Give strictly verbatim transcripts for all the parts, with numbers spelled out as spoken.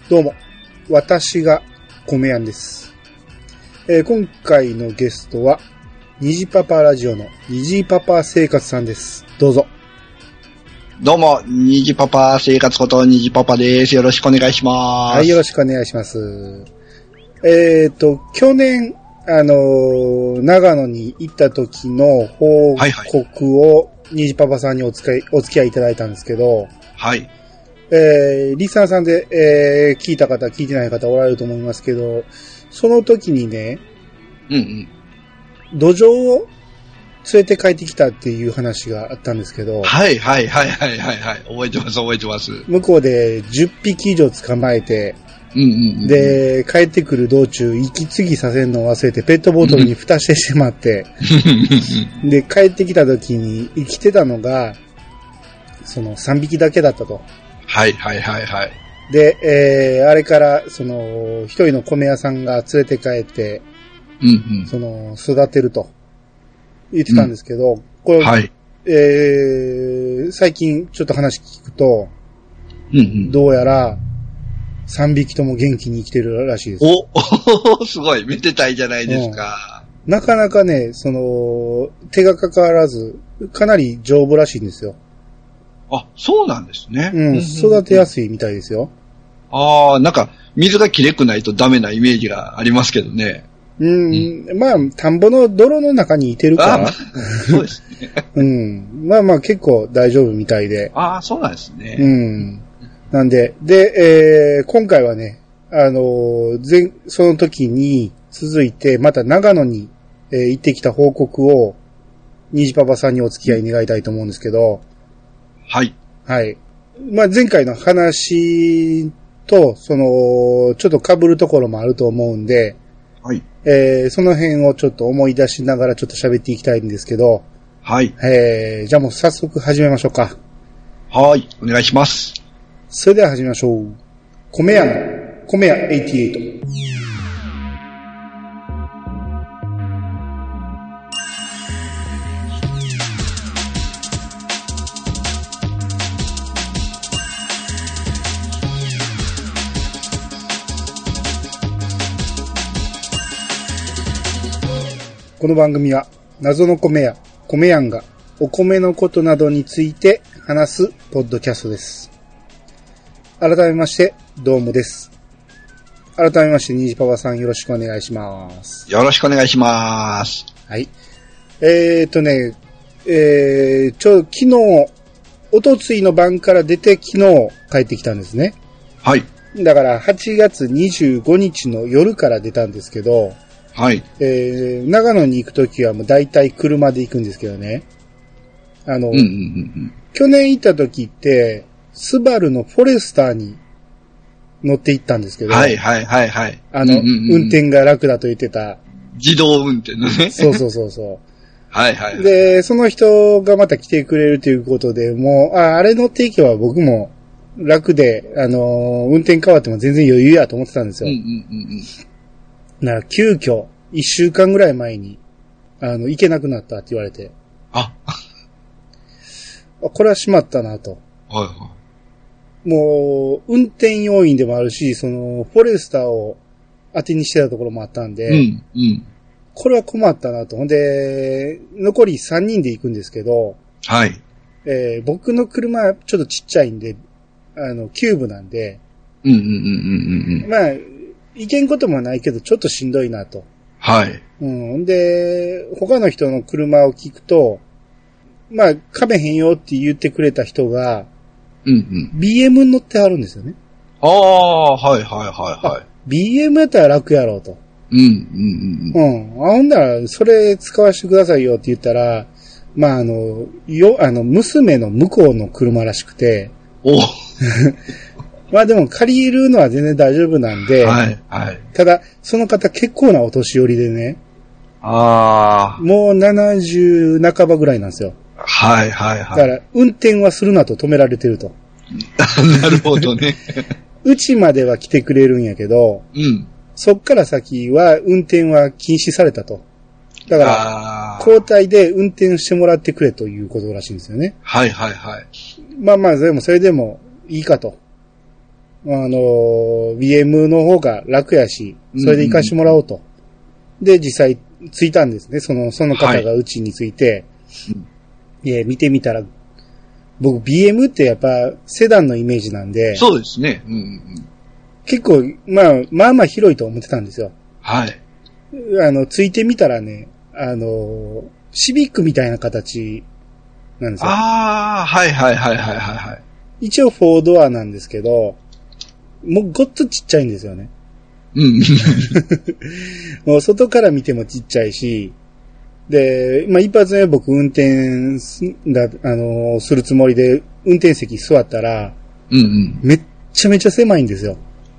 どうも、私が米やんです、えー。今回のゲストは、虹パパラジオの虹パパ生活さんです。どうぞ。 どうも、虹パパ生活こと虹パパです。よろしくお願いします。 はい、よろしくお願いします。えっと、去年、あのー、長野に行った時の報告を虹パパさんにお付き合い、お付き合いいただいたんですけど、 はい。 えー、リスナーさんで、えー、聞いた方、聞いてない方おられると思いますけど、その時にね、 うんうん。土壌を連れて帰ってきたっていう話があったんですけど、 はいはいはいはいはいはい。覚えてます覚えてます。 向こうでじゅっぴき以上捕まえて、 うんうんうん、 で、帰ってくる道中、息継ぎさせるのを忘れて、ペットボトルに蓋してしまって、で、帰ってきた時に生きてたのが、そのさんびきだけだったと。 はいはいはいはい。 で、えー、あれから、その、一人の米屋さんが連れて帰って、 うんうん、 その、育てると言ってたんですけど、うん、これ、 はい、 えー、最近ちょっと話聞くと、 うんうん、 どうやら、さんびきとも元気に生きてるらしいです。 おすごい、めでたいじゃないですか、 うん。なかなかね、その、手がかからず、かなり丈夫らしいんですよ。 あ、そうなんですね。 うん、育てやすいみたいですよ。 ああ、なんか、水がきれくないとダメなイメージがありますけどね。 うん、うん、まあ、田んぼの泥の中にいてるから。 そうですね。 うん。まあまあ結構大丈夫みたいで。 ああ、そうなんですね。 うん。なんで、で、えー、今回はね、あのー、前、その時に続いて、また長野に、えー、行ってきた報告を、虹パパさんにお付き合い願いたいと思うんですけど、 はい。 はい。まあ、前回の話と、その、ちょっと被るところもあると思うんで、 はい。 えー、その辺をちょっと思い出しながらちょっと喋っていきたいんですけど、 はい。 えー、じゃあもう早速始めましょうか。 はい。お願いします。 それでは始めましょう。米屋の、米屋はちじゅうはち。この番組は謎の米屋、米やんがお米のことなどについて話すポッドキャストです。改めましてどうもです。改めまして虹パパさんよろしくお願いします。 よろしくお願いします。 はい。えーっとね、えー、ちょ、昨日、おとついの晩から出て昨日帰ってきたんですね。 はい。 だからはちがつにじゅうごにちの夜から出たんですけど、 はい。 えー、長野に行くときはもう大体車で行くんですけどね。あの、 うんうんうんうん、 去年行ったときって、スバルのフォレスターに乗って行ったんですけど、 はいはいはいはい。 あの、うんうんうん、運転が楽だと言ってた。 自動運転のね。 そうそうそうそう。 はいはい、はい。 で、その人がまた来てくれるということで、もう、あ、あれ乗っていけば僕も楽で、あの、運転変わっても全然余裕やと思ってたんですよ。うんうんうんうん。だから急遽、一週間ぐらい前に、あの、行けなくなったって言われて。 あこれはしまったなと。 はいはい。 もう、運転要員でもあるし、その、フォレスターを当てにしてたところもあったんで、うんうん、これは困ったなと。ほんで、残りさんにんで行くんですけど、 はい。 えー、僕の車ちょっとちっちゃいんで、あの、キューブなんで、 うんうんうんうんうん。 まあ、行けんこともないけど、ちょっとしんどいなと。 はい。 うん。で、他の人の車を聞くと、まあ、かめへんよって言ってくれた人が、 うんうん。 ビーエム に乗ってあるんですよね。 ああ、はいはいはいはい。 ビーエム やったら楽やろうと。 うんうんうん。 うん。あ、ほんなら、それ使わせてくださいよって言ったら、まあ、あの、よ、あの、娘の向こうの車らしくて。 おまあでも借りるのは全然大丈夫なんで。 はいはい。 ただ、その方結構なお年寄りでね。 ああ。 もうななじゅうなかばぐらいなんですよ。 はいはいはい。 だから、運転はするなと止められてると。 なるほどね。 うちまでは来てくれるんやけど、 うん。 そっから先は運転は禁止されたと。だから、交代で運転してもらってくれということらしいんですよね。 はいはいはい。 まあまあ、でもそれでもいいかと。 あの、ビーエム の方が楽やし、それで行かしてもらおうと。うん、で、実際着いたんですね。その、その方がうちに着いて、はい、で、見てみたら、僕 ビーエム ってやっぱセダンのイメージなんで。 そうですね。うんうん、 結構、まあ、まあまあ広いと思ってたんですよ。 はい。 あの、着いてみたらね、あの、シビックみたいな形なんですよ。 ああ、はいはいはいはいはい。 一応フォードアなんですけど、もうごっつちっちゃいんですよね。 うん。 もう外から見てもちっちゃいし、で、まあ一発目僕運転だ、あのー、するつもりで運転席座ったら、 うんうん、 めっちゃめちゃ狭いんですよ。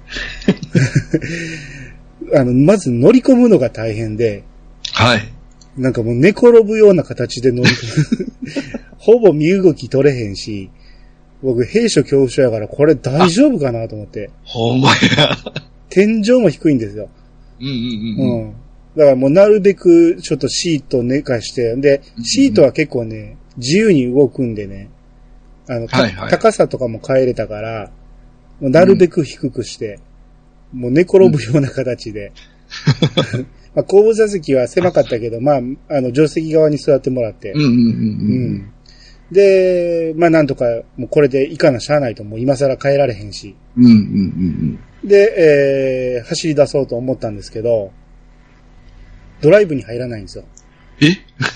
あの、まず乗り込むのが大変で、 はい。 なんかもう寝転ぶような形で乗り込む。ほぼ身動き取れへんし、僕、兵所恐怖症やから、これ大丈夫かなと思って。 ほんまや。 天井も低いんですよ。 うんうんうん。うん。 だからもうなるべく、ちょっとシート寝かして、で、シートは結構ね、自由に動くんでね、あの、はいはい、高さとかも変えれたから、もうなるべく低くして、うん、もう寝転ぶような形で。まあ、後部座席は狭かったけど、まあ、あの、助手席側に座ってもらって。 うんうんうんうん。うんで、まあなんとか、もうこれでいかなしゃあないと、もう今更変えられへんし。 うんうんうんうん。で、えー、走り出そうと思ったんですけど、ドライブに入らないんですよ。 え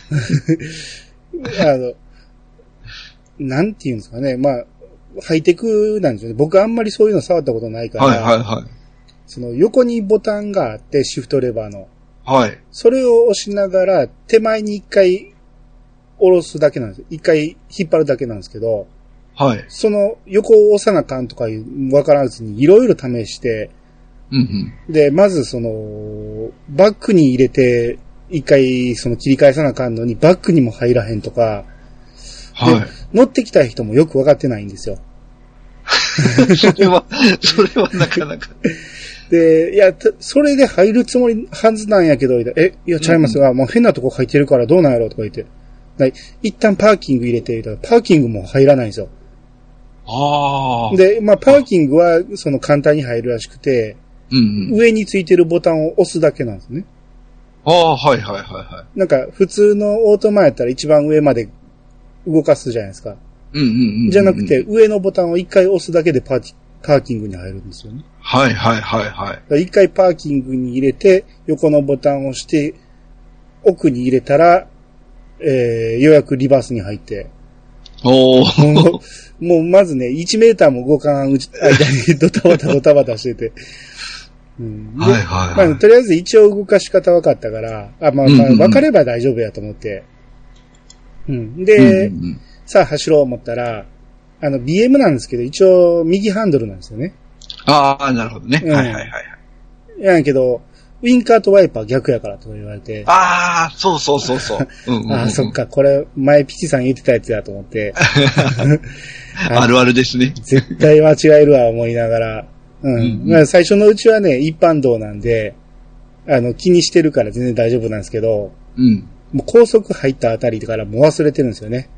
あの、なんていうんですかね、まあ、ハイテクなんですよね。僕あんまりそういうの触ったことないから、 はいはいはい。 その横にボタンがあって、シフトレバーの。 はい。 それを押しながら、手前に一回、下ろすだけなんです。一回引っ張るだけなんですけど、 はい。 その横を押さなあかんとかいうわからずにいろいろ試して、 うんうん、 で、まずその、バックに入れて、一回その切り返さなあかんのにバックにも入らへんとか、 はい。 乗ってきた人もよくわかってないんですよ。 それは、それはなかなか。 で、いや、それで入るつもりはずなんやけど、え、いや、ちゃいますが、うんうん、もう変なとこ入ってるからどうなんやろうとか言って。一旦パーキング入れて、パーキングも入らないんですよ。 ああ。 で、まあ、パーキングは、その簡単に入るらしくて、 うんうん、 上についてるボタンを押すだけなんですね。 ああ、はいはいはいはい。 なんか、普通のオートマやったら一番上まで動かすじゃないですか。 うんうんうんうん、 じゃなくて、上のボタンを一回押すだけでパーキ、パーキングに入るんですよね。 はいはいはいはい。 一回パーキングに入れて、横のボタンを押して、奥に入れたら、えー、ようやくリバースに入って。 おー。 もう、もうまずね、いちメーターも動かん間にドタバタドタバタしてて。うん、 はいはいはい。 まあ、とりあえず一応動かし方分かったから、あ、まあ、まあ、分かれば大丈夫やと思って。うん。で、うんうんうん、さあ走ろう思ったら、あの、ビーエム なんですけど、一応右ハンドルなんですよね。 ああ、なるほどね。うん、はいはいはい。 やんけど、ウィンカーとワイパー逆やからと言われて。 ああ、そうそうそうそう。 うんうんうん、ああ、そっか、これ、前ピチさん言ってたやつやと思って。 あるあるですね。 絶対間違えるわ、思いながら。うん。うんうん、まあ、最初のうちはね、一般道なんで、あの、気にしてるから全然大丈夫なんですけど、 うん。 もう高速入ったあたりからもう忘れてるんですよね。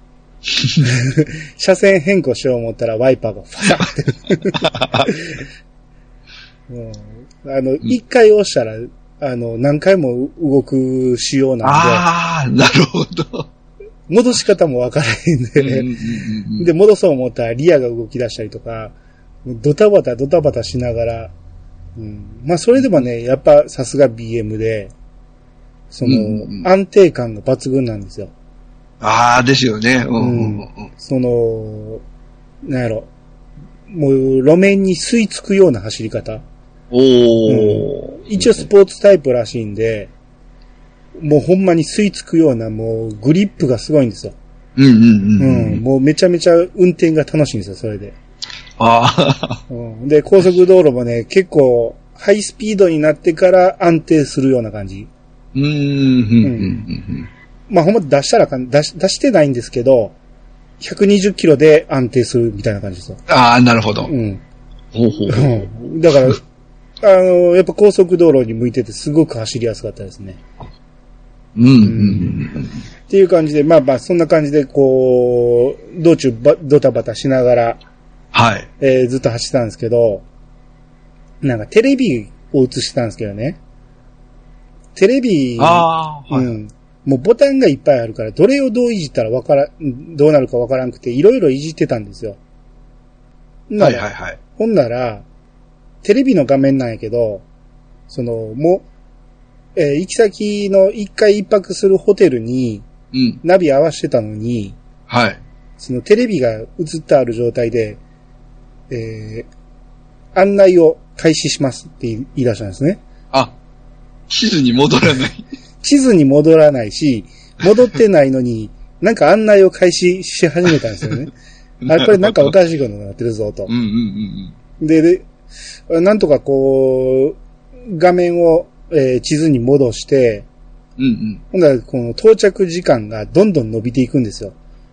車線変更しよう思ったらワイパーがファサって。うん、あの、一、うん、回押したら、あの、何回も動く仕様なんで。 ああ、なるほど。 戻し方もわからへんで、うんうんうん、で、戻そう思ったらリアが動き出したりとか、ドタバタドタバタしながら、うん、まあそれでもね、やっぱさすが ビーエム で、その、うんうん、安定感が抜群なんですよ。 ああ、ですよね。うんうんうん、 その、なんやろ、もう路面に吸い付くような走り方。 おー、 うん。一応スポーツタイプらしいんで、もうほんまに吸い付くような、もうグリップがすごいんですよ。 うんうんうん、うん。 うん。もうめちゃめちゃ運転が楽しいんですよ、それで。 ああ、 うん。で、高速道路もね、結構ハイスピードになってから安定するような感じ。 うん、うん、うん。 まあほんま出したらかん、出し、出してないんですけど、ひゃくにじゅっキロで安定するみたいな感じですよ。 ああ、なるほど。 うん。 ほうほうほう。 うん。だから、あの、やっぱ高速道路に向いててすごく走りやすかったですね。 うん。うん、 っていう感じで、まあまあ、そんな感じで、こう、道中ば、ドタバタしながら、 はい。 えー、ずっと走ってたんですけど、なんかテレビを映してたんですけどね。テレビ、 ああ、はい。うん。 もうボタンがいっぱいあるから、どれをどういじったらわからん、どうなるかわからんくて、いろいろいじってたんですよ。 はいはいはい。 ほんなら、テレビの画面なんやけど、その、もう、えー、行き先の一回一泊するホテルに、うん、ナビ合わせてたのに、 はい。 そのテレビが映ってある状態で、えー、案内を開始しますって言い出したんですね。 あ、地図に戻らない。 地図に戻らないし、戻ってないのに、なんか案内を開始し始めたんですよね。あ、これなんかおかしいことになってるぞと。 うんうんうんうん、で、で、なんとかこう、画面を、えー、地図に戻して、 うんうん。 ほんならこの到着時間がどんどん伸びていくんですよ。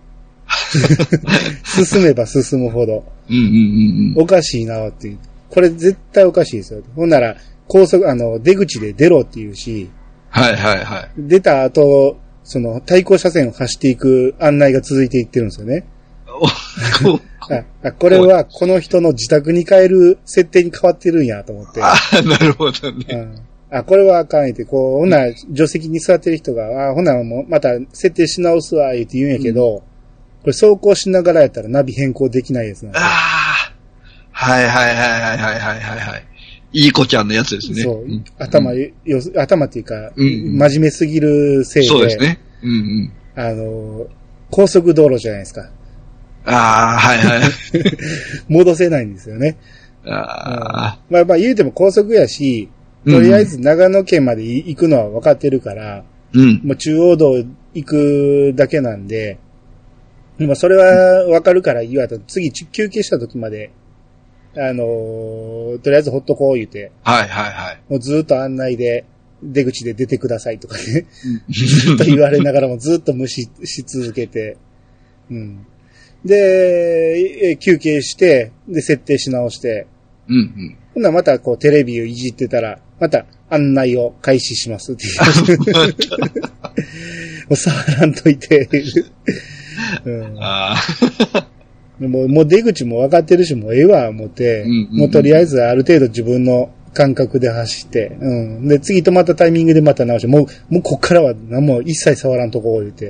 進めば進むほど。 うんうんうんうん。 おかしいなっていう。これ絶対おかしいですよ。ほんなら、高速、あの、出口で出ろって言うし、 はいはいはい。 出た後、その、対向車線を走っていく案内が続いていってるんですよね。あ、これはこの人の自宅に帰る設定に変わってるんやと思って。 ああ、なるほどね。 うんあ、これはあかん言って、こう、ほんなら、助手席に座ってる人が、あ、ほんならもう、また設定し直すわ、言って言うんやけど、うん、これ走行しながらやったらナビ変更できないやつなんですよ。ああ。はいはいはいはいはいはいはい。いい子ちゃんのやつですね。 そう。うん、頭、よ、頭っていうか、 うん、 真面目すぎるせいで。 そうですね。うんうん。 あの、高速道路じゃないですか。 ああ、はいはい。 戻せないんですよね。 ああ、 うん。まあまあ言うても高速やし、とりあえず長野県まで行くのは分かってるから、うん、もう中央道行くだけなんで、まあそれは分かるから言われた。次休憩した時まで、あのー、とりあえずほっとこう言うて。 はいはいはい。 もうずっと案内で出口で出てくださいとかね。ずっと言われながらもずっと無視し続けて。うん。で、休憩して、で、設定し直して。 うんうん。 ほんならまたこうテレビをいじってたら、また案内を開始しますっていう。もう触らんといて。うん、あもう、もう出口も分かってるし、もうええわ、思って、うんうんうん、もうとりあえずある程度自分の感覚で走って、うん。で、次止まったタイミングでまた直して、もう、もうこっからは何も一切触らんとこを言って。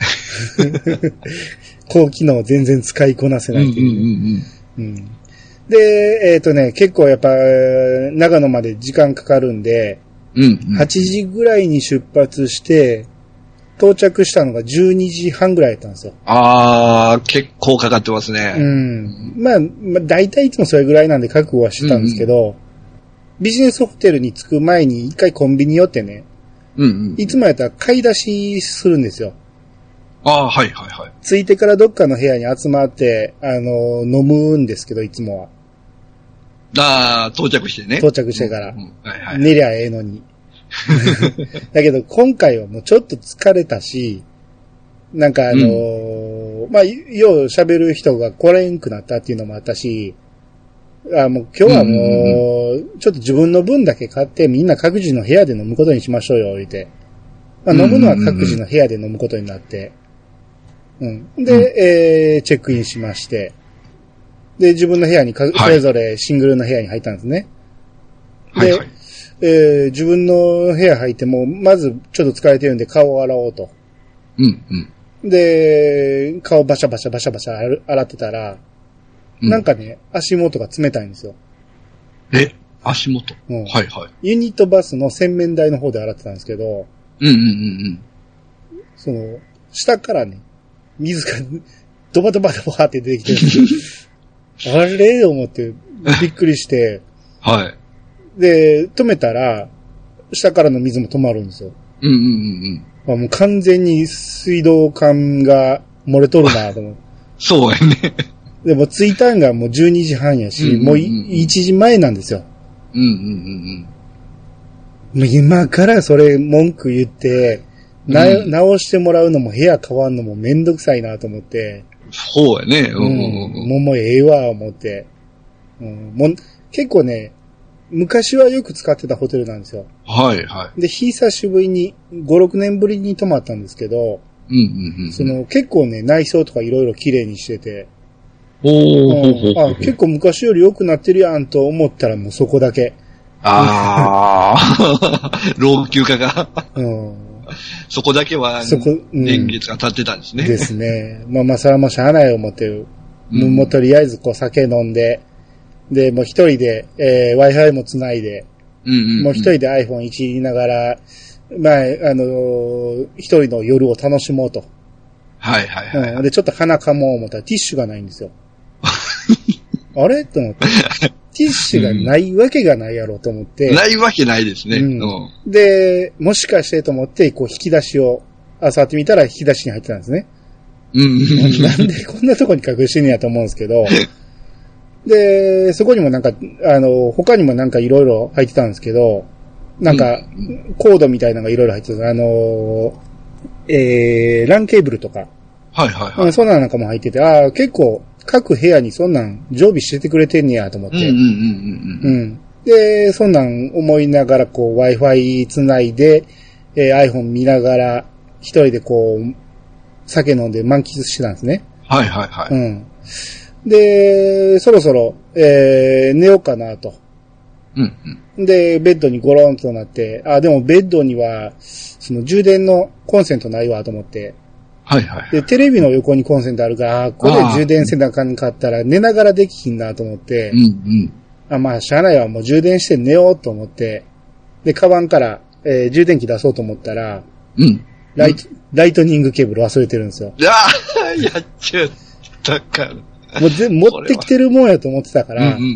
高機能全然使いこなせないっていう、うんうんうんうん。で、えっ、ー、とね、結構やっぱ、長野まで時間かかるんで、うんうん、はちじぐらいに出発して、到着したのがじゅうにじはんぐらいだったんですよ。 あー、結構かかってますね。 うん。まあ、まあ、大体いつもそれぐらいなんで覚悟はしてたんですけど、うんうん、ビジネスホテルに着く前に一回コンビニ寄ってね、うんうん、いつもやったら買い出しするんですよ。 ああ、はいはいはい。 着いてからどっかの部屋に集まって、あの、飲むんですけど、いつもは。 ああ、到着してね。 到着してから。 うんうんはいはい、 寝りゃええのに。だけど、今回はもうちょっと疲れたし、なんかあのーうん、まあ、よう喋る人が来れんくなったっていうのもあったし、あもう今日はもう、ちょっと自分の分だけ買ってみんな各自の部屋で飲むことにしましょうよ、言って。まあ、飲むのは各自の部屋で飲むことになって。うん。で、うん、えー、チェックインしまして。で、自分の部屋にか、それぞれシングルの部屋に入ったんですね。はい、で、はいはいえー、自分の部屋入っても、まずちょっと疲れてるんで顔を洗おうと。 うんうん。 で、顔バシャバシャバシャバシャ洗ってたら、うん、なんかね、足元が冷たいんですよ。 え足元、うん、はいはい。 ユニットバスの洗面台の方で洗ってたんですけど、 うんうんうんうん。 その、下からね、水がドバドバドバって出てきてるんですよ。あれ思ってびっくりして、 はい。 で、止めたら、下からの水も止まるんですよ。 うんうんうんうん。もう完全に水道管が漏れとるなと思う。 そうやね。 でも着いたんがもうじゅうにじはんやし、うんうんうん、もういちじまえなんですよ。 うんうんうんうん。 もう今からそれ文句言って、な、うん、直してもらうのも部屋変わんのもめんどくさいなと思って。 そうやね。うんうんうん。もうもうええわ、思って。うん。もう結構ね、昔はよく使ってたホテルなんですよ。 はいはい。 で、久しぶりに、ご、ろくねんぶりに泊まったんですけど、 うんうんうん。 その結構ね、内装とかいろいろ綺麗にしてて、 おー、 うん、あ、結構昔より良くなってるやんと思ったらもうそこだけ。 ああ、老朽化が。うん。そこだけは、そこ、うん、年月が経ってたんですね。 ですね。まあまあ、それはもうしゃあない思ってる。うん、もうとりあえずこう酒飲んで、で、もう一人で、えー、Wi-Fi もつないで、うんうんうん、もう一人で iPhone いじりながら、まあ、あのー、一人の夜を楽しもうと。 はいはいはい、はい、 うん。で、ちょっと鼻かもう思ったらティッシュがないんですよ。あれと思って。ティッシュがないわけがないやろと思って。 うん、ないわけないですね、 うんうん。で、もしかしてと思って、こう引き出しを、あさってみたら引き出しに入ってたんですね。うん。なんでこんなとこに隠してんねやと思うんですけど。で、そこにもなんか、あの、他にもなんかいろいろ入ってたんですけど、なんか、コードみたいなのがいろいろ入ってた。あの、えー、ランケーブルとか。 はいはいはい。 そんなのなんかも入ってて、ああ、結構、各部屋にそんなん常備しててくれてんねやと思って。うんうんうんうん。うん。で、そんなん思いながらこう Wi-Fi つないで、えー、iPhone 見ながら一人でこう酒飲んで満喫してたんですね。 はいはいはい。 うん。で、そろそろ、えー、寝ようかなと。うんうん。で、ベッドにゴロンとなって、あ、でもベッドには、その充電のコンセントないわと思って。 はいはい、はい。 で、テレビの横にコンセントあるから、あ、これ充電せなあかんかったら寝ながらできひんなと思って、うんうん。あ、まあ、しゃあないわ、もう充電して寝ようと思って、で、カバンから、えー、充電器出そうと思ったら、うん。ライト、うん、ライトニングケーブル忘れてるんですよ。 ああ、やっちゃったから。 もうぜ持ってきてるもんやと思ってたから、うんうんうんうん、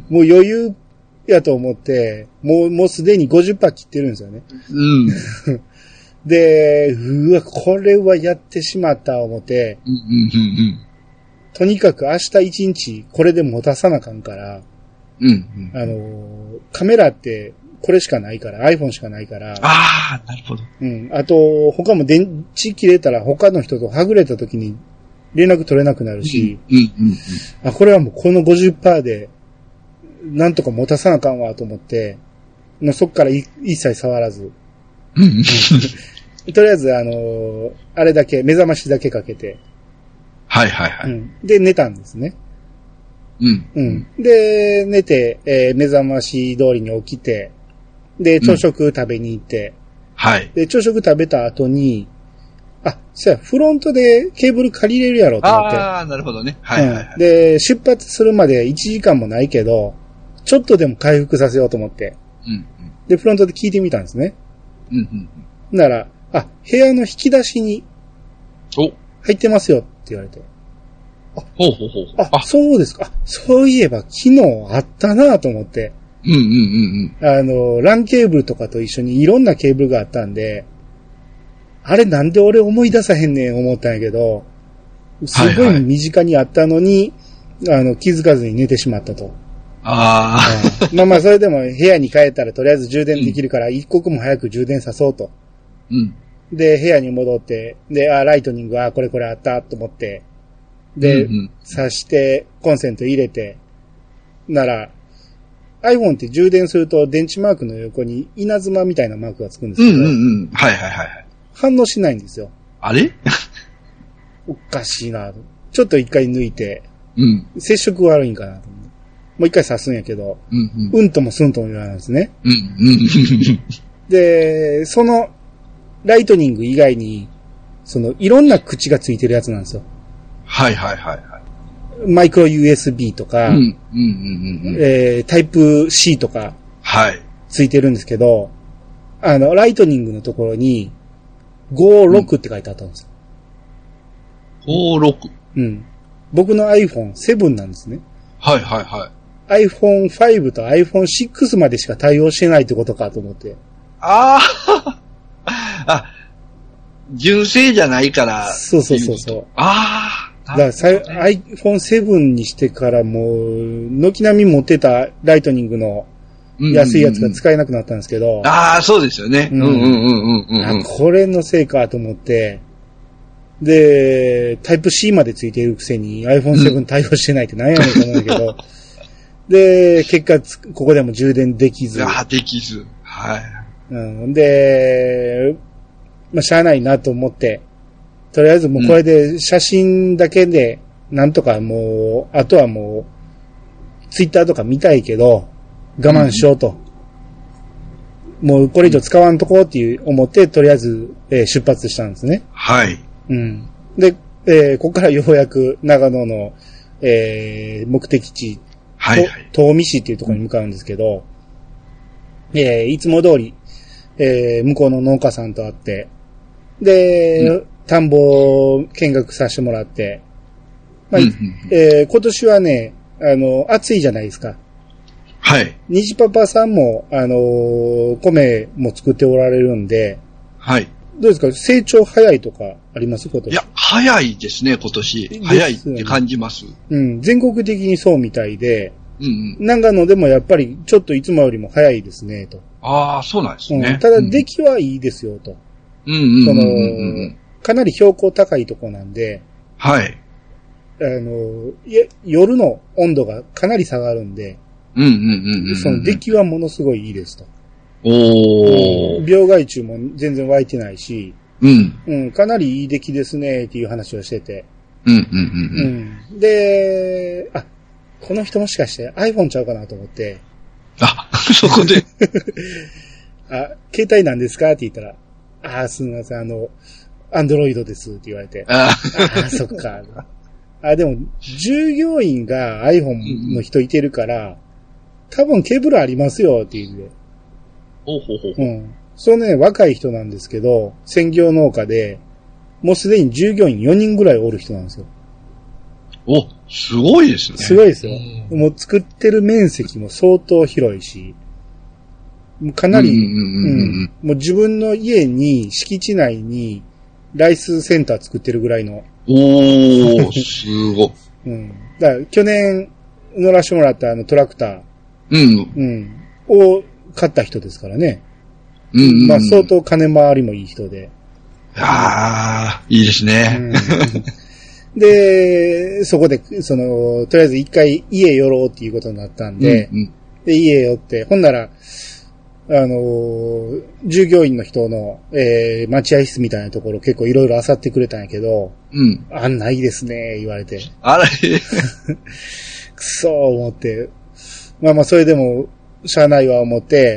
もう余裕やと思って、もう、もうすでに ごじゅっパーセント 切ってるんですよね。うん。で、うわ、これはやってしまった思って、うんうんうんうん、とにかく明日一日これで持たさなあかんから、うんうん、あの、カメラってこれしかないから、iPhone しかないから。 ああ、なるほど。 うん。あと、他も電池切れたら他の人とはぐれた時に連絡取れなくなるし、うんうんうんうん、あ、これはもうこの ごじゅっパーセント で、なんとか持たさなあかんわと思って、もうそっから一切触らず。とりあえず、あのー、あれだけ、目覚ましだけかけて。 はいはいはい。 うん、で、寝たんですね。 うん。 うん。で、寝て、えー、目覚まし通りに起きて、で、朝食食べに行って、うん、 はい。 で、朝食食べた後に、あ、そうや、フロントでケーブル借りれるやろと思って。 ああ、なるほどね。はいはいはい、 うん。で、出発するまでいちじかんもないけど、ちょっとでも回復させようと思って。うん、うん。で、フロントで聞いてみたんですね。うん、うん。なら、あ、部屋の引き出しに、お、入ってますよって言われて。 あ、ほうほうほう。 あ、あそうですか。あ、そういえば昨日あったなと思って。 うんうんうんうん。 あの、ランケーブルとかと一緒にいろんなケーブルがあったんで、あれなんで俺思い出さへんねん思ったんやけど、すごい身近にあったのに、はいはい、あの、気づかずに寝てしまったと。 ああ。 まあまあ、それでも部屋に帰ったらとりあえず充電できるから、一刻も早く充電さそうと。うん。で、部屋に戻って、で、あ、ライトニング、あ、これこれあったと思って、で、うんうん、挿してコンセント入れて、なら、iPhone って充電すると電池マークの横に稲妻みたいなマークがつくんですけど、 うんうんうん。はいはいはい。 反応しないんですよ。 あれおかしいな。ちょっと一回抜いて、 うん、 接触悪いんかなと思う。もう一回刺すんやけど、うん、うん、うんともすんとも言わないんですね。うんうん、で、そのライトニング以外に、そのいろんな口がついてるやつなんですよ。 はいはいはい、はい。 マイクロ ユーエスビー とか、うんうんうんうん、えー、タイプ C とか、 はい。 ついてるんですけど、あの、ライトニングのところに、ごじゅうろくって書いてあったんですよ。 ごじゅうろく? うん。僕の アイフォンセブン なんですね。 はいはいはい。 アイフォンファイブ と アイフォンシックス までしか対応してないってことかと思って。 あああ、純正じゃないから。 そうそうそうそう。 ああ。 だから、ね、アイフォンセブン にしてからもう、軒並み持ってたライトニングの安いやつが使えなくなったんですけど。うんうんうん、 ああ、そうですよね。うんうんうんうんうん、うん。 これのせいかと思って。で、タイプ C までついているくせに アイフォンセブン 対応してないって何やねんと思うんだけど。で、結果、ここでも充電できず。 ああ、できず。はい。 うん、で、まあ、しゃあないなと思って、とりあえずもうこれで写真だけでなんとかもう、あとはもう、ツイッターとか見たいけど、我慢しようと。うん、もうこれ以上使わんとこっていう思って、とりあえず、えー、出発したんですね。 はい。 うん。で、えー、ここからようやく長野の、えー、目的地、はい、はい、東御市っていうところに向かうんですけど、うん、えー、いつも通り、えー、向こうの農家さんと会って、で、うん、田んぼを見学させてもらって、まあ、うんうんうん、えー、今年はね、あの、暑いじゃないですか。 はい。 虹パパさんも、あのー、米も作っておられるんで、 はい。 どうですか？成長早いとかあります今年？ いや、早いですね、今年。早いって感じます。 うん。全国的にそうみたいで、うんうん。長野でもやっぱりちょっといつもよりも早いですね、と。 ああ、そうなんですね。 うん、ただ、出来はいいですよ、と。 うんうんうんうん、 その、かなり標高高いとこなんで、 はい。 あの、夜の温度がかなり下がるんで、 うんうんうんうん、 その出来はものすごいいいですと。 おー。 病害虫も全然湧いてないし、 うん。 うん、かなりいい出来ですね、っていう話をしてて。 うんうんうんうん。 うん。で、あ、この人もしかして iPhone ちゃうかなと思って。 あ、そこで。 あ、携帯なんですかって言ったら、あ、すみません、あの、アンドロイドですって言われて。ああ、そっか。あ、でも、従業員が iPhone の人いてるから、うん、多分ケーブルありますよって言うて。 ほうほうほうほう。 うん。そのね、若い人なんですけど、専業農家で、もうすでに従業員よにんぐらいおる人なんですよ。 お、すごいですね。 すごいですよ。うん、もう作ってる面積も相当広いし、かなり、うん、もう自分の家に、敷地内に、ライスセンター作ってるぐらいの。 おー、すごい。 うん。だから去年乗らしてもらったあのトラクター。 うん。 うん。を買った人ですからね。 うん、うん。 まあ相当金回りもいい人で。 ああ、いいですね。 うん、で、そこで、その、とりあえず一回家寄ろうっていうことになったんで、うんうん、で、家寄って、ほんなら、あのー、従業員の人の、えー、待合室みたいなところ結構いろいろ漁ってくれたんやけど、 うん。 あ、ないですね、言われて。 あら、 くそー思って。まあまあ、それでも、しゃあないわ思って、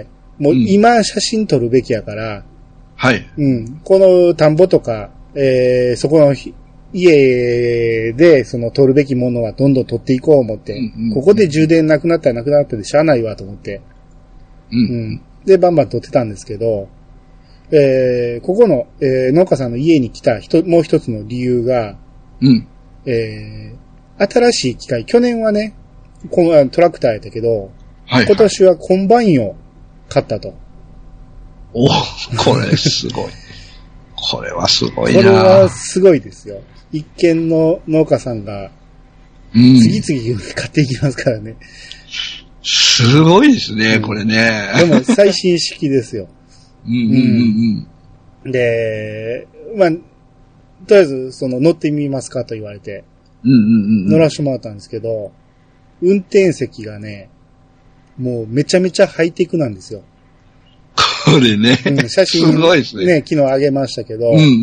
もう今写真撮るべきやから、 はい。 うん。この田んぼとか、えー、そこの家で、その撮るべきものはどんどん撮っていこう思って、うんうんうん、ここで充電なくなったらなくなったでしゃあないわと思って、 うん。うんで、バンバン撮ってたんですけど、えー、ここの、えー、農家さんの家に来た人、もう一つの理由が、 うん。 えー、新しい機械、去年はね、こトラクターやったけど、 はいはい、 今年はコンバインを買ったと。 お、これすごい。これはすごいな。 これはすごいですよ。一軒の農家さんが、次々買っていきますからね。うんすごいですね、うん、これね。 でも最新式ですよ。 うんうんうんうん。で、まあ、とりあえず、その乗ってみますかと言われて、 うんうんうん、 乗らせてもらったんですけど、運転席がね、もうめちゃめちゃハイテクなんですよ。 これね。 うん、写真、 すごいですね。 ね、昨日上げましたけど、 うんうんうんうん、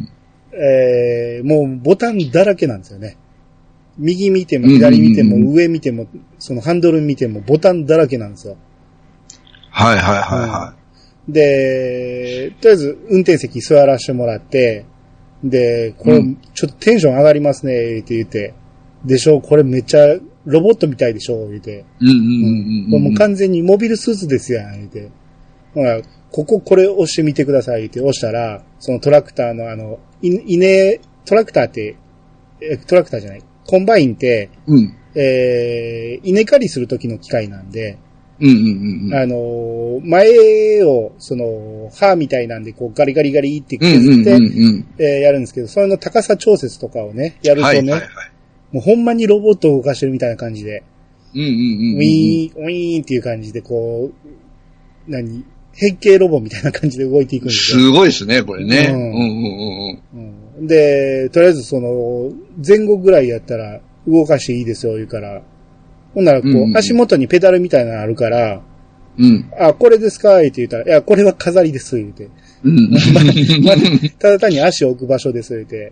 えー、もうボタンだらけなんですよね。右見ても左見ても上見ても、そのハンドル見てもボタンだらけなんですよ。 はいはいはいはい。 うん、で、とりあえず運転席座らせてもらって、で、これちょっとテンション上がりますねって言って、でしょ、これめっちゃロボットみたいでしょ言って。 うんうんうんうん。 もう完全にモビルスーツですやん言って。ほら、こここれ押してみてくださいって押したら、そのトラクターのあの、稲、トラクターって、トラクターじゃない。コンバインって、 うん、 えー、稲刈りするときの機械なんで、 うんうんうん、 あのー、前を、その、刃みたいなんで、こう、ガリガリガリって削って、うんうんうんうん、えー、やるんですけど、それの高さ調節とかをね、やるとね、はいはいはい、もうほんまにロボットを動かしてるみたいな感じで、 うんうんうんうん、 ウィーン、ウィーンっていう感じで、こう、何変形ロボみたいな感じで動いていくんですよ。 すごいですね、これね。うんうんうんうん、で、とりあえずその、前後ぐらいやったら動かしていいですよ、言うから。ほんならこう、うんうん、足元にペダルみたいなのあるから、 うん。 あ、これですかって言ったら、いや、これは飾りです、言うて。 うん。 まあ、ただ単に足を置く場所です、言うて。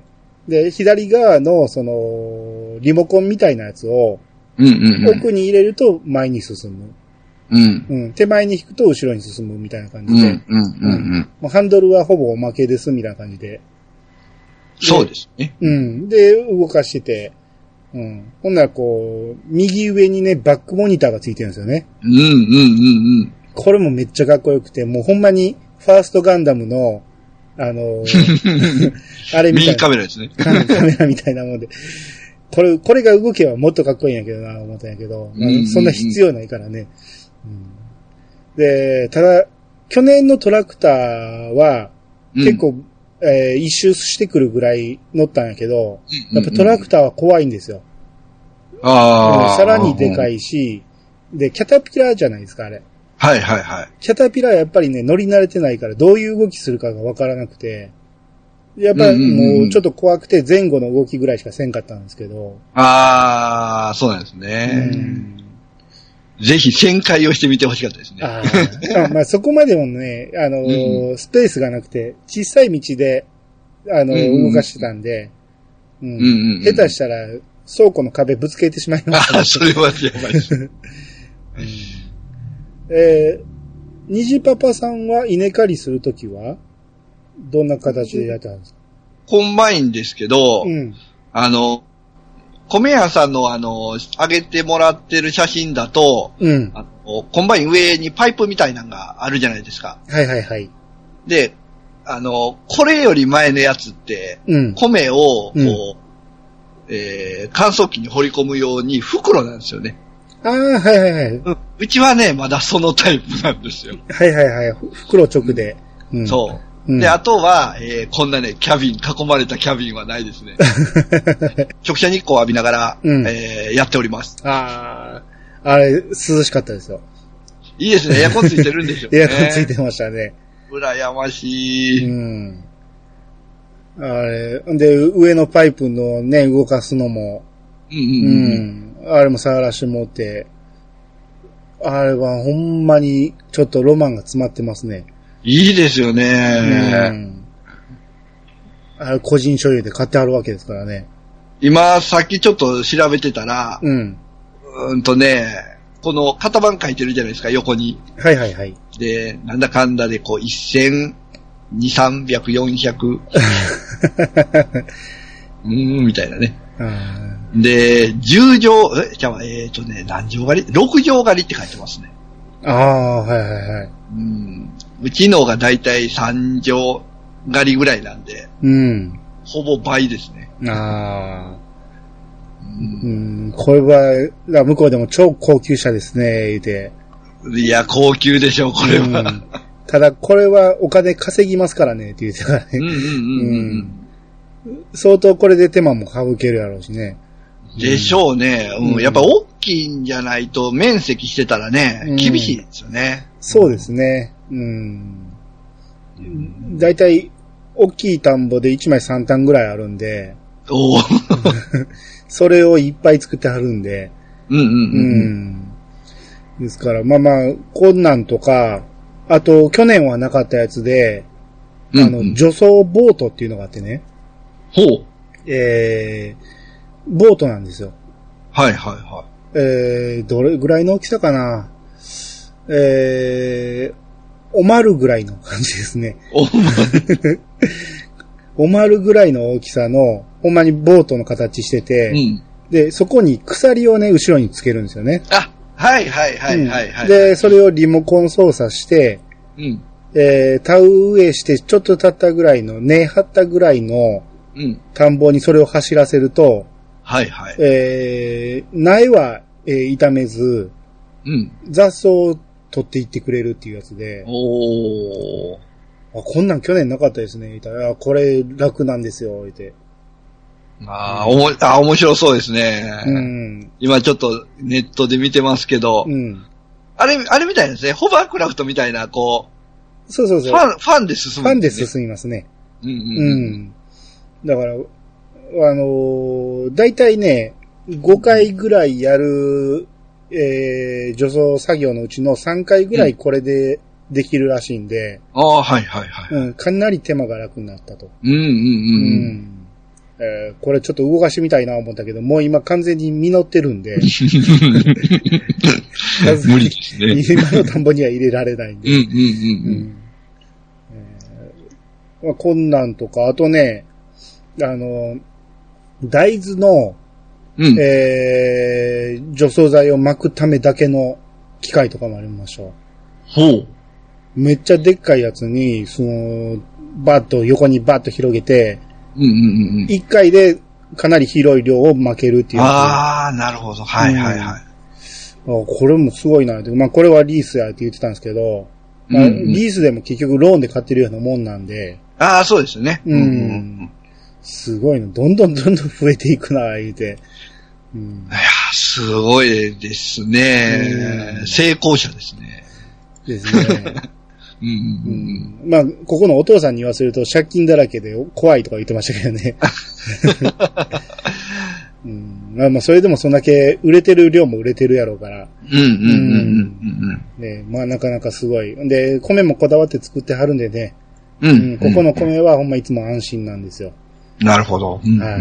で、左側の、その、リモコンみたいなやつを、 うんうんうん、 奥に入れると前に進む。 うん。 うん。手前に引くと後ろに進むみたいな感じで。 うんうんうんうん。 もうハンドルはほぼおまけですみたいな感じで。 そうですね。 うん。で、動かしてて、うん。ほんならこう、右上にね、バックモニターがついてるんですよね。 うんうんうんうん。 これもめっちゃかっこよくて、もうほんまに、ファーストガンダムの、あのー、あれみたいな。 右カメラですね。 カメラみたいなもんで。これ、これが動けばもっとかっこいいんやけどな、思ったんやけど、うんうんうん、そんな必要ないからね。うん、で、ただ、去年のトラクターは、結構、うんえー、一周してくるぐらい乗ったんやけど、やっぱトラクターは怖いんですよ。 ああ。 さらにでかいし、で、キャタピラーじゃないですか、あれ。 はいはいはい。 キャタピラーやっぱりね、乗り慣れてないからどういう動きするかがわからなくて、やっぱりもうちょっと怖くて前後の動きぐらいしかせんかったんですけど。 ああ、そうなんですね。うんぜひ旋回をしてみてほしかったですね。 ああまあそこまでもね、あのーうん、スペースがなくて、小さい道で、あのーうんうん、動かしてたんで、うんうんうんうん、下手したら倉庫の壁ぶつけてしまいました、ね。 ああ、それはやばいです。うんえー、虹パパさんは稲刈りするときは、どんな形でやってたんですか？ コンバインですけど、 うん、 あの、米屋さんのあの、上げてもらってる写真だと、 うん、 あのコンバイン上にパイプみたいなのがあるじゃないですか。 はいはいはい。 で、あの、これより前のやつって、 うん、 米を、こう、 うん、 えー、乾燥機に掘り込むように袋なんですよね。 ああ、はいはいはい。 う, うちはね、まだそのタイプなんですよ。 はいはいはい。袋直で。 うん、そう。うん、で、あとは、えー、こんなね、キャビン、囲まれたキャビンはないですね。直射日光を浴びながら、うん、えー、やっております。 ああ、あれ、涼しかったですよ。 いいですね。エアコンついてるんでしょうね。 エアコンついてましたね。 羨ましい。 うん。あれ、で、上のパイプのね、動かすのも、 うんうんうん、 うん。あれも触らしてもって、あれはほんまにちょっとロマンが詰まってますね。 いいですよね。 うん。あれ個人所有で買ってあるわけですからね。 今、さっきちょっと調べてたら、 うん。 うんとね、この型番書いてるじゃないですか、横に。 はいはいはい。 で、なんだかんだでこう、いっせん、にせんさんびゃく、よんひゃく。うーん、みたいなね。で、じゅうじょう、え、じゃあ、えっ、ー、とね、何畳狩り ?ろく 畳狩りって書いてますね。 ああ、はいはいはい。 うん。うちのがだいたいさん畳狩りぐらいなんで。 うん。 ほぼ倍ですね。 ああ。うん、これは、向こうでも超高級車ですね、言うて。 いや、高級でしょう、これは。うん、 ただ、これはお金稼ぎますからね、って言ってたからね。 うんうんうん、うんうん。相当これで手間も省けるやろうしね。 でしょうね。うん。うん、やっぱ大きいんじゃないと面積してたらね、うん、厳しいですよね。 そうですね。うん。だいたい大きい田んぼでいちまいさんタンぐらいあるんで。 おそれをいっぱい作ってはるんで。 うんうんうん。 うん。ですから、まあまあ、こんなんとか、あと、去年はなかったやつで、うんうん、あの、除草ボートっていうのがあってね。 ほう。 えー、ボートなんですよ。 はいはいはい。 えー、どれぐらいの大きさかな。えー、おまるぐらいの感じですね。 おまるおまるぐらいの大きさの、ほんまにボートの形してて、 うん、 で、そこに鎖をね、後ろにつけるんですよね。 あ、はいはいはいはい、はい、 うん。で、それをリモコン操作して、 うん、 えー、田植えしてちょっと経ったぐらいの、根張ったぐらいの、 うん、 田んぼにそれを走らせると、 はいはい。 えー、苗は、えー、傷めず、 うん、 雑草を取っていってくれるっていうやつで、 おー。 あ、こんなん去年なかったですね。言ったら、これ楽なんですよ、言って。 あー、おも、あ、面白そうですね。 うん。 今ちょっとネットで見てますけど、 うん。 あれ、あれみたいですね。ホバークラフトみたいな、こう。そうそうそう。 ファン、ファンで進む、 ね。ファンで進みますね。 うんうん、うん。 うん。だから、あのー、だいたいね、ごかいぐらいやる、えー、除草作業のうちのさんかいぐらいこれでできるらしいんで。 うん、ああ、はいはいはい。 うん、かなり手間が楽になったと。 うんうんうん。うんえー、これちょっと動かしてみたいな思ったけど、もう今完全に実ってるんで。 無理ですね。 今の田んぼには入れられないんで。うんうんうんうん。えーまあ、こんなんとか、あとね、あの、大豆の、うん、えー、除草剤を巻くためだけの機械とかもありましょう。 ほう。 めっちゃでっかいやつに、その、バッと横にバッと広げて、 うんうんうんうん。 一回でかなり広い量を巻けるっていう。 ああ、なるほど。はいはいはい。 うん、これもすごいな。まあこれはリースやって言ってたんですけど、まあ、うんうん、リースでも結局ローンで買ってるようなもんなんで。 ああ、そうですよね。 うん。うん、すごいな。どんどんどんどん増えていくな、言うて。 うん、いやすごいですね。成功者ですね。 ですね。うんうんうん、まあ、ここのお父さんに言わせると借金だらけで怖いとか言ってましたけどね。うん、まあまあ、それでもそんだけ売れてる量も売れてるやろうから。 うんうんうんうん、 ね、まあなかなかすごい。で、米もこだわって作ってはるんでね。 うん、うん、 ここの米はほんまいつも安心なんですよ。 なるほど。うん、 はい。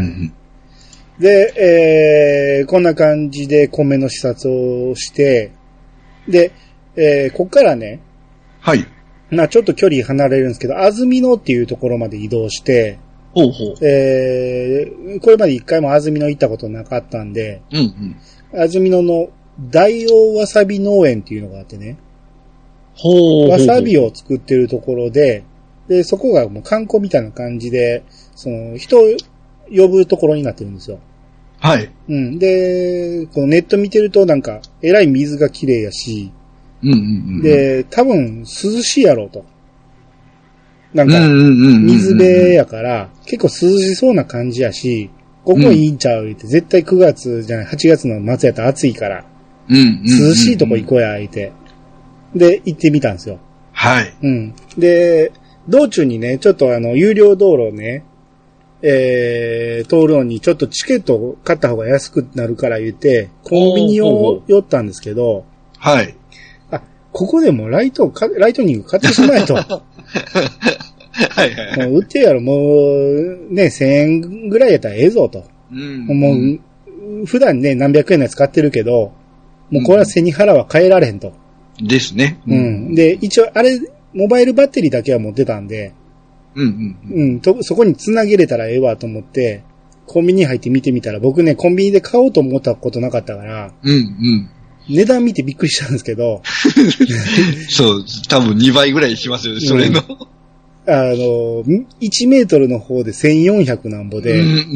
で、えー、こんな感じで米の視察をして、で、えー、こっからね。 はい。 まあちょっと距離離れるんですけど、安曇野っていうところまで移動して、 ほうほう。 えー、これまで一回も安曇野行ったことなかったんで、 うんうん。 安曇野の大王わさび農園っていうのがあってね、 ほうほうほう。 わさびを作ってるところで、で、そこがもう観光みたいな感じで、その、人を呼ぶところになってるんですよ。 はい。 うん。で、このネット見てるとなんか、えらい水が綺麗やし、 うんうんうん、 で、多分涼しいやろうと。なんか、水辺やから、結構涼しそうな感じやし、ここいいんちゃうって、絶対くがつじゃない、はちがつの末やったら暑いから、涼しいとこ行こうや、言って。で、行ってみたんですよ。 はい。 うん。で、道中にね、ちょっとあの、有料道路をね、えー、通るのにちょっとチケットを買った方が安くなるから言って、コンビニを寄ったんですけど、 はい。 あ、ここでもライト、ライトニング買ってしまえと。 はいはいはい。 もう売ってやろ、もう、ね、せんえんぐらいやったらええぞと。 うん。 もう、普段ね、何百円のやつ買ってるけど、もうこれは背に腹は変えられへんと。 ですね。 うん。で、一応、あれ、モバイルバッテリーだけは持ってたんで、 うんうん。 うん、と、そこに繋げれたらええわと思って、コンビニ入って見てみたら、僕ね、コンビニで買おうと思ったことなかったから、 うんうん。 値段見てびっくりしたんですけど。 そう、多分にばいぐらいしますよね、それの。うんあの、いちメートルの方でせんよんひゃくなんぼで、 うんうんうん、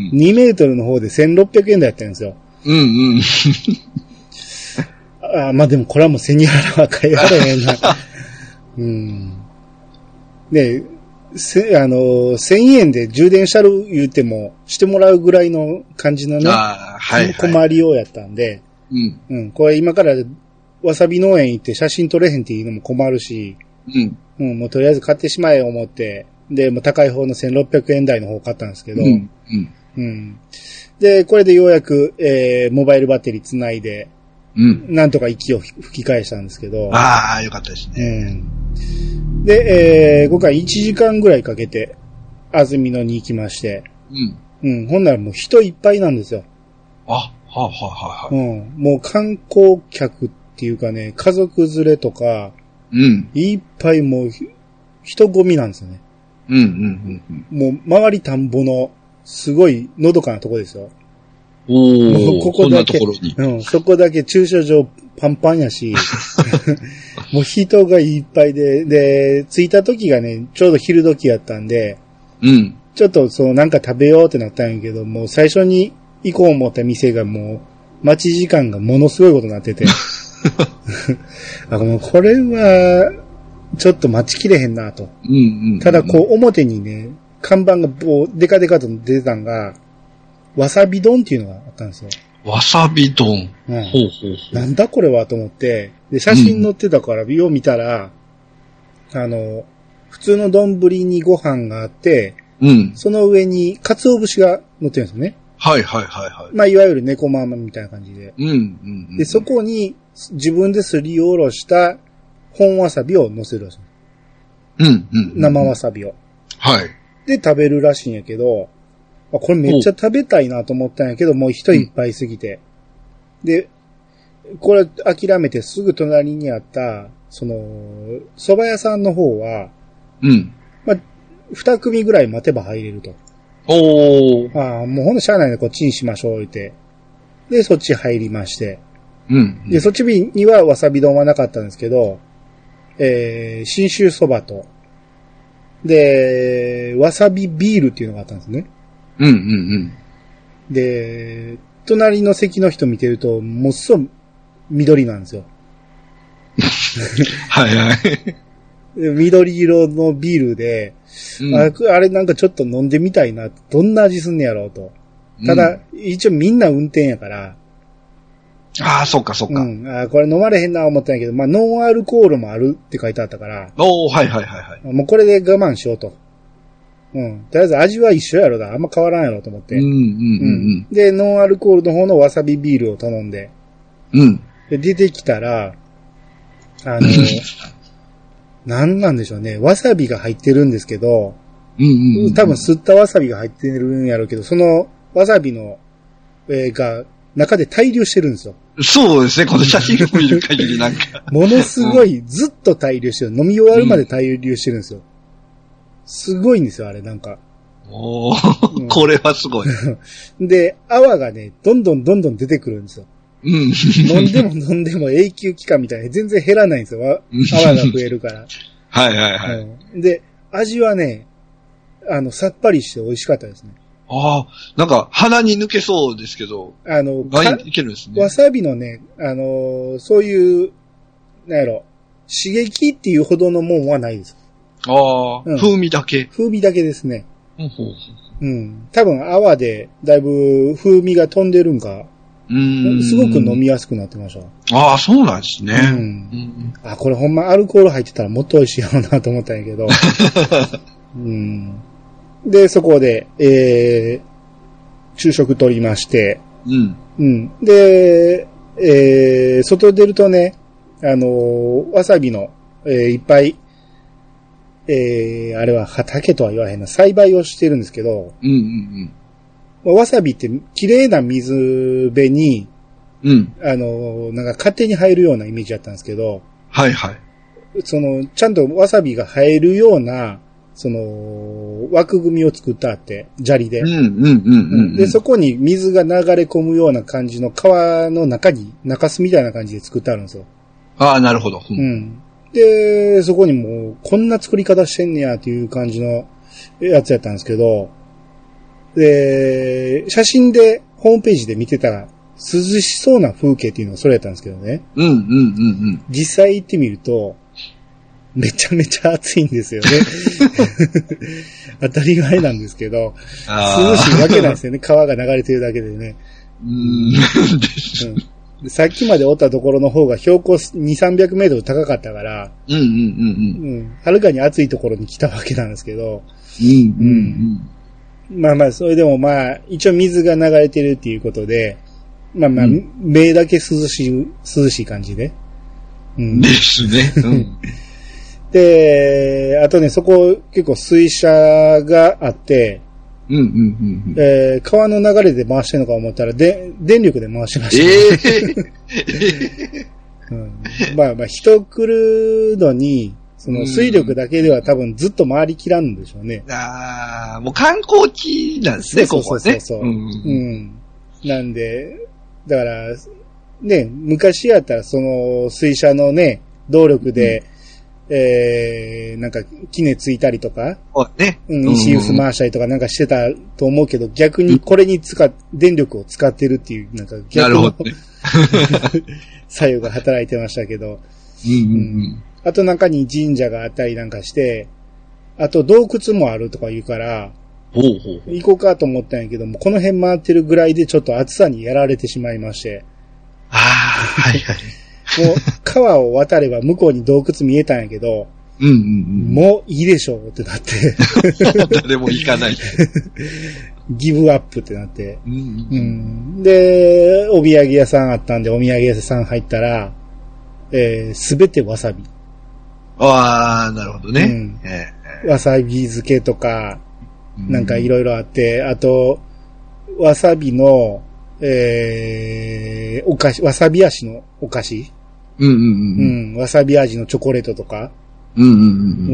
にメートルの方でせんろっぴゃくえんだったんですよ。 うんうん。 あまあでもこれはもう背に腹は変えられへんな。うん。で、せ、あの、せんえんで充電したる言うても、してもらうぐらいの感じのね、 あはい、はい、 困りようやったんで、 うん。 うん。これ今からわさび農園行って写真撮れへんっていうのも困るし、 うん。 うん、もうとりあえず買ってしまえ思って、で、もう高い方のせんろっぴゃくえん台の方買ったんですけど、 うん。うん。 うん、で、これでようやく、えー、モバイルバッテリーつないで、 うん。 なんとか息を吹き返したんですけど。 ああ、よかったですね。 うん。で、えー、今回いちじかんぐらいかけて、安曇野に行きまして、 うん。 うん、ほんならもう人いっぱいなんですよ。 あ、はあ、はあ、はあ。 うん。もう観光客っていうかね、家族連れとか、 うん。 いっぱいもう、人混みなんですよね。 うん、うん、うん。 もう、周り田んぼの、すごい、のどかなとこですよ。 おー、ここだけ、そんなところに。 うん、そこだけ駐車場パンパンやし、もう人がいっぱいで、で、着いた時がね、ちょうど昼時やったんで、 うん。ちょっとそう、なんか食べようってなったんやけど、もう最初に行こう思った店がもう、待ち時間がものすごいことになってて。あもうこれは、ちょっと待ちきれへんなと。 うんうんうんうん、 ただこう表にね、看板がこうデカデカと出てたんが、わさび丼っていうのがあったんですよ。 わさび丼、 うん、ほうほうほう。なんだこれはと思って、で、写真載ってたから、よう見たら、うん、あの、普通の丼にご飯があって、 うん、 その上に鰹節が乗ってるんですよね。 はいはいはいはい。 まあ、いわゆる猫まんまみたいな感じで。 うんうんうん、 で、そこに自分ですりおろした本わさびを乗せるんですよ。 うんうんうん、 生わさびを。 はい。 で、食べるらしいんやけど、 あ、これめっちゃ食べたいなと思ったんやけど、もう人いっぱいすぎて。うん、で、これ諦めてすぐ隣にあった、その、蕎麦屋さんの方は、 うん。 まあ、二組ぐらい待てば入れると。 おー。 ああ、もうほんとしゃあないね、こっちにしましょう、言って。で、そっち入りまして。 うん。 で、そっちにはわさび丼はなかったんですけど、えー、信州そばと、で、わさびビールっていうのがあったんですね。 うんうんうん。 で、隣の席の人見てると、もっそ緑なんですよ。 はいはい。 緑色のビールで、うん、あ, あれなんかちょっと飲んでみたいな、どんな味すんねやろうと。ただ、うん、一応みんな運転やから。 ああ、そっかそっか。 うん。あこれ飲まれへんな思ったんやけど、まあ、ノンアルコールもあるって書いてあったから。 おー、はいはいはいはい。 もうこれで我慢しようと。うん。とりあえず味は一緒やろだ。あんま変わらんやろと思って。 うんうんうん、うん。 で、ノンアルコールの方のわさびビールを頼んで。 うん。 で、出てきたら、あの、なんなんでしょうね。わさびが入ってるんですけど、 うんうんうん、 多分吸ったわさびが入ってるんやろうけど、そのわさびの、えー、が中で滞留してるんですよ。 そうですね、この写真を見る限りなんか。 ものすごいずっと滞留してる。飲み終わるまで滞留してるんですよ。すごいんですよ、あれなんか。 おー、うん、これはすごい。 で、泡がね、どんどんどんどん出てくるんですよ。 うん、 飲んでも飲んでも永久期間みたいに全然減らないんですよ。泡が増えるから。 はいはいはい、 うん。で、味はね、あの、さっぱりして美味しかったですね。 ああ、なんか鼻に抜けそうですけど。 あの、 いけるんですね。 わさびのね、あの、そういう、なんやろ、刺激っていうほどのもんはないです。 ああ、うん、風味だけ。 風味だけですね。 うん、 うん。多分泡でだいぶ風味が飛んでるんか。 うん。 すごく飲みやすくなってました。 ああ、そうなんですね。うん。 うん、あ、これほんまアルコール入ってたらもっと美味しいやろうなと思ったんやけど。うん。で、そこで、えー、昼食取りまして。 うん。 うん。で、えー、外出るとね、あのー、わさびの、えー、いっぱい、えー、あれは畑とは言わへんな、栽培をしてるんですけど、 うんうんうん。わさびって綺麗な水辺に、 うん。 あのー、なんか勝手に生えるようなイメージだったんですけど、 はいはい。 その、ちゃんとわさびが生えるような、その、枠組みを作ってあって、砂利で。 うんうんうんうん、 で、そこに水が流れ込むような感じの川の中に、中州みたいな感じで作ってあるんですよ。 ああ、なるほど。 うん。うん、で、そこにもう、こんな作り方してんねやっていう感じのやつやったんですけど、で、写真で、ホームページで見てたら、涼しそうな風景っていうのがそれやったんですけどね。 うんうんうんうん。 実際行ってみると、めちゃめちゃ暑いんですよね。当たり前なんですけど、涼しいわけなんですよね。川が流れてるだけでね。 うーんうん、さっきまでおったところの方が標高にひゃく、さんびゃくメートル高かったから、 うんうんうんうん。 うん。はるかに暑いところに来たわけなんですけど、 うんうんうん。まあまあ、それでもまあ、一応水が流れてるっていうことで、まあまあ、うん、目だけ涼しい、涼しい感じで。 うん。ですね。うん。 で、あとね、そこ結構水車があって、 うんうんうんうん、 えー、川の流れで回してるのか思ったら、で、電力で回してました、ね。えーうん、まあまあ、人来るのに、その水力だけでは多分ずっと回りきらんでしょうね。 ああ、もう観光地なんですね、 そうそうそうそう、ここはね。うん、うん。なんで、だから、ね、昔やったらその水車のね、動力で、うんえー、なんか、杵ついたりとか、 ね、 うん、石臼回したりとかなんかしてたと思うけど、逆にこれに使っ、電力を使ってるっていう、なんか逆の、ね、作用が働いてましたけど、 うんうんうん、 あと中に神社があったりなんかして、あと洞窟もあるとか言うから、 ほうほうほう行こうかと思ったんやけども、この辺回ってるぐらいでちょっと暑さにやられてしまいまして。 ああ、はいはい。 もう川を渡れば向こうに洞窟見えたんやけど、 うんうんうん、 もういいでしょうってなって。 誰も行かない。 ギブアップってなって、 うんうんうん。で、お土産屋さんあったんで、お土産屋さん入ったら、えー、全てわさび。 ああ、なるほどね。 うんえー、わさび漬けとか、 なんかいろいろあって、あと、わさびの、えー、お菓子、わさび味のお菓子。 うんうんうん。 うん、わさび味のチョコレートとか。 うんうんうん。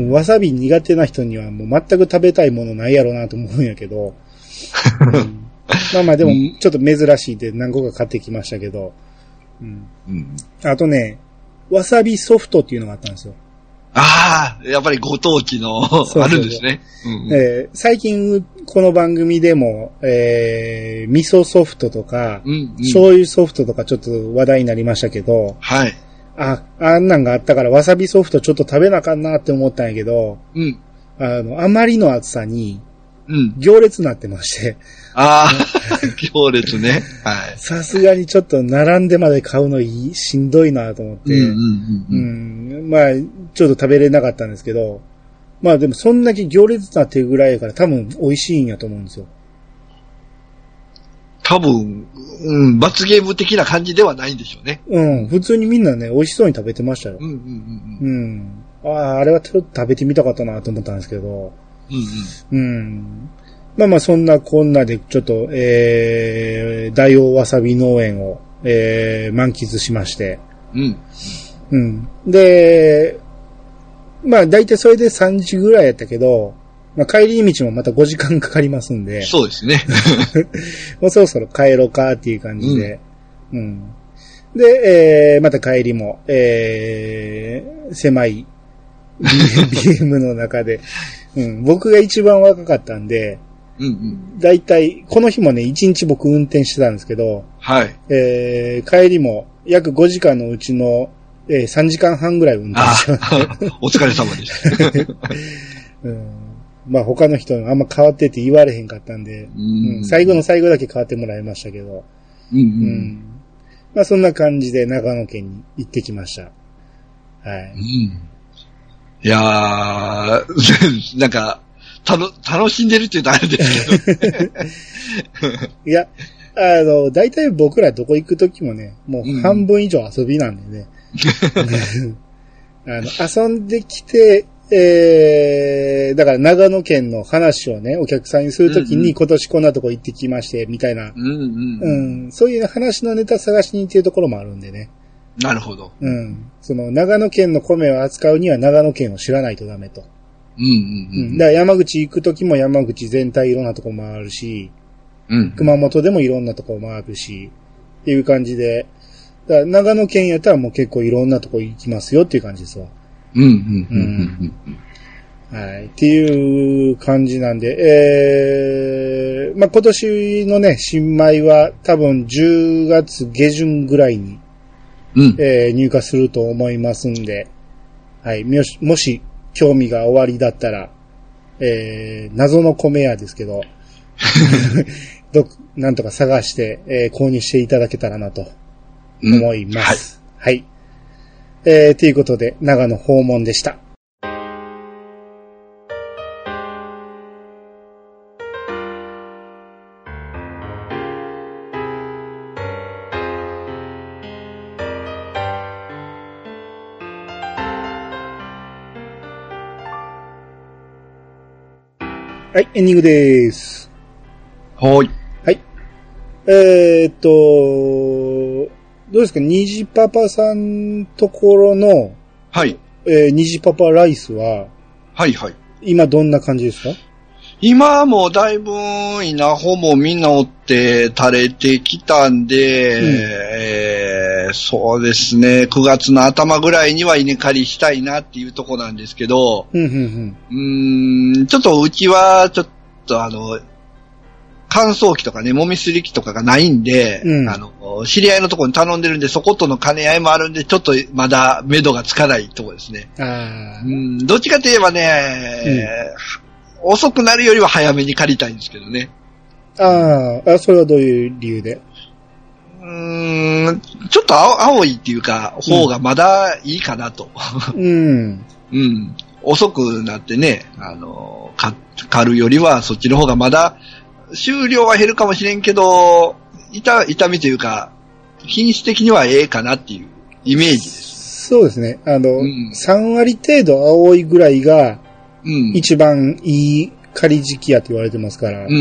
もうわさび苦手な人にはもう全く食べたいものないやろうなと思うんやけど。うん、まあまあでもちょっと珍しいで何個か買ってきましたけど。うんうん、あとね、わさびソフトっていうのがあったんですよ。 ああ、やっぱりご当地のそうそうそうあるんですね、 うんうんえー。最近この番組でも、えー、味噌ソフトとか、うんうん、醤油ソフトとかちょっと話題になりましたけど、 はい。 あ、あんなんがあったからわさびソフトちょっと食べなあかんなって思ったんやけど、うん、あの、あまりの暑さに、行列になってまして。 ああ、行列ね。はい。 さすがにちょっと並んでまで買うのいいしんどいなと思って、うんうんうんうん、まあ、ちょっと食べれなかったんですけど、まあでもそんだけ行列になってるぐらいやから多分美味しいんやと思うんですよ。 多分、うん、罰ゲーム的な感じではないんでしょうね。 うん、普通にみんなね、美味しそうに食べてましたよ。うんうんうんうん。うん。ああ、あれはちょっと食べてみたかったなと思ったんですけど。うんうん。うん。まあまあそんなこんなでちょっと、えー、大王わさび農園を、えー、満喫しまして。うん。うん。で、まあ大体それでさんじぐらいやったけど、まあ帰り道もまたごじかんかかりますんで。 そうですね。 もうそろそろ帰ろうかっていう感じで。うん。うん、で、えー、また帰りも、えー、狭い ビーエム の中で、うん、僕が一番若かったんで、うんうん、だいたい、この日もね、いちにち僕運転してたんですけど、 はい。 えー、帰りも約ごじかんのうちの、えー、さんじかんはんぐらい運転してました。 お疲れ様でした。 うんまあ他の人あんま変わってって言われへんかったんで、うんうん、最後の最後だけ変わってもらいましたけど、うんうんうん、まあそんな感じで長野県に行ってきました。はい。うん、 いやー、なんか、たの、楽しんでるって言うとあれですけど。 いや、あの、大体僕らどこ行くときもね、もう半分以上遊びなんでね。うん、あの遊んできて、えー、だから長野県の話をね、お客さんにするときに、うんうん、今年こんなとこ行ってきまして、みたいな、うんうんうんうん、そういう話のネタ探しに行ってるところもあるんでね。 なるほど。 うん。その長野県の米を扱うには長野県を知らないとダメと。うんうんうん。だから山口行くときも山口全体いろんなとこ回るし、うん、熊本でもいろんなとこ回るし、っていう感じで、だから長野県やったらもう結構いろんなとこ行きますよっていう感じですわ。うん、うん、うん、うん。はい。っていう感じなんで、えー、まあ、今年のね、新米は多分じゅうがつげじゅんぐらいに、うん、えー、入荷すると思いますんで、はい。もし、もし興味がおありだったら、えー、謎の米屋ですけど、ど、なんとか探して、えー、購入していただけたらなと思います。うん、はい。はいえー、ということで、長野訪問でした。はい、エンディングでーす。 はい。 はい。えーっと、どうですか虹パパさんところの、 はい。 えー、虹パパライスは、 はいはい。 今どんな感じですか？ 今もだいぶ稲穂もみんなおって垂れてきたんで、うんえー、そうですね、くがつの頭ぐらいには稲刈りしたいなっていうとこなんですけど、うんうんうん、うーんちょっとうちはちょっとあの、乾燥機とかね、もみすり機とかがないんで、うん、あの、知り合いのところに頼んでるんで、そことの兼ね合いもあるんで、ちょっとまだ目処がつかないところですね。あうん、どっちかといえばね、うん、遅くなるよりは早めに借りたいんですけどね。 ああ、それはどういう理由で？ うーん、ちょっと青、青いっていうか、方がまだいいかなと。うん。うん。遅くなってね、あの、か、狩るよりはそっちの方がまだ、収量は減るかもしれんけど、痛、痛みというか、品質的にはええかなっていうイメージです。 そうですね。あの、うん、さんわり程度青いぐらいが、一番いい刈り時期やと言われてますから。 うんうんうん、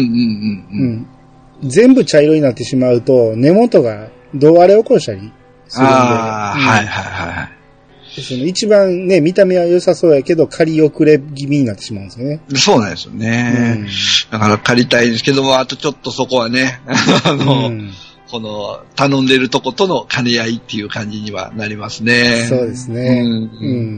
うん。全部茶色になってしまうと、根元がどう荒れ起こしたりするんで。 ああ、うん、はいはいはい。 その一番ね、見た目は良さそうやけど、借り遅れ気味になってしまうんですよね。 そうなんですよね。うん、だから借りたいんですけども、あとちょっとそこはね、あの、うん、この、頼んでるとことの兼ね合いっていう感じにはなりますね。 そうですね。うん。うん、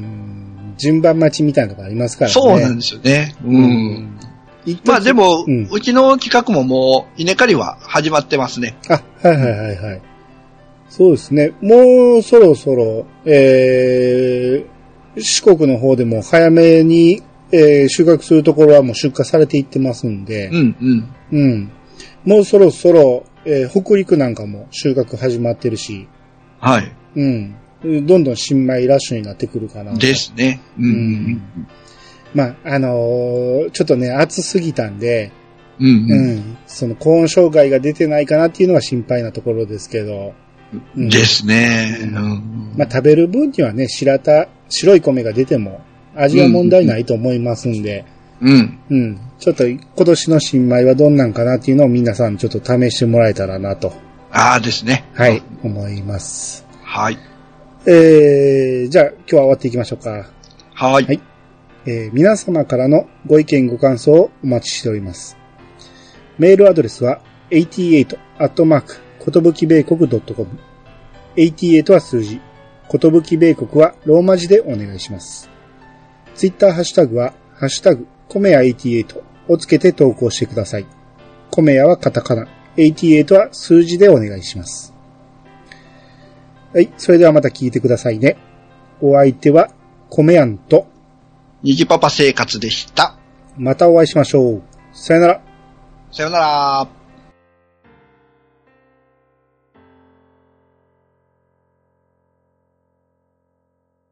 順番待ちみたいなのがありますからね。 そうなんですよね。うん。うん、まあでも、うん、うちの企画ももう、稲刈りは始まってますね。 あ、はいはいはいはい。そうですね。もうそろそろ、えー、四国の方でも早めに、えー、収穫するところはもう出荷されていってますんで、 うんうん。 うん。もうそろそろ、えー、北陸なんかも収穫始まってるし、 はい。 うん。どんどん新米ラッシュになってくるかな。 ですね。うん。うん、 まあ、あのー、ちょっとね、暑すぎたんで、 うん、うん。うん。 その高温障害が出てないかなっていうのが心配なところですけど、 うん、ですね、うん。 まあ食べる分にはね、白田、白い米が出ても味は問題ないと思いますんで、 うん。 うん。ちょっと今年の新米はどんなんかなっていうのを皆さんちょっと試してもらえたらなと。 ああですね。 はい、思います。 はい。 えー、じゃあ今日は終わっていきましょうか。 はい。 はい。えー、皆様からのご意見ご感想をお待ちしております。メールアドレスははちじゅうはちアットマークことぶき米国 .com。はちじゅうはちは数字。ことぶき米国はローマ字でお願いします。ツイッターハッシュタグは、ハッシュタグ、コメヤはちじゅうはちをつけて投稿してください。コメヤはカタカナ、はちじゅうはちは数字でお願いします。はい、それではまた聞いてくださいね。お相手は、コメヤンと、 にじパパ生活でした。 またお会いしましょう。さよなら。 さよなら。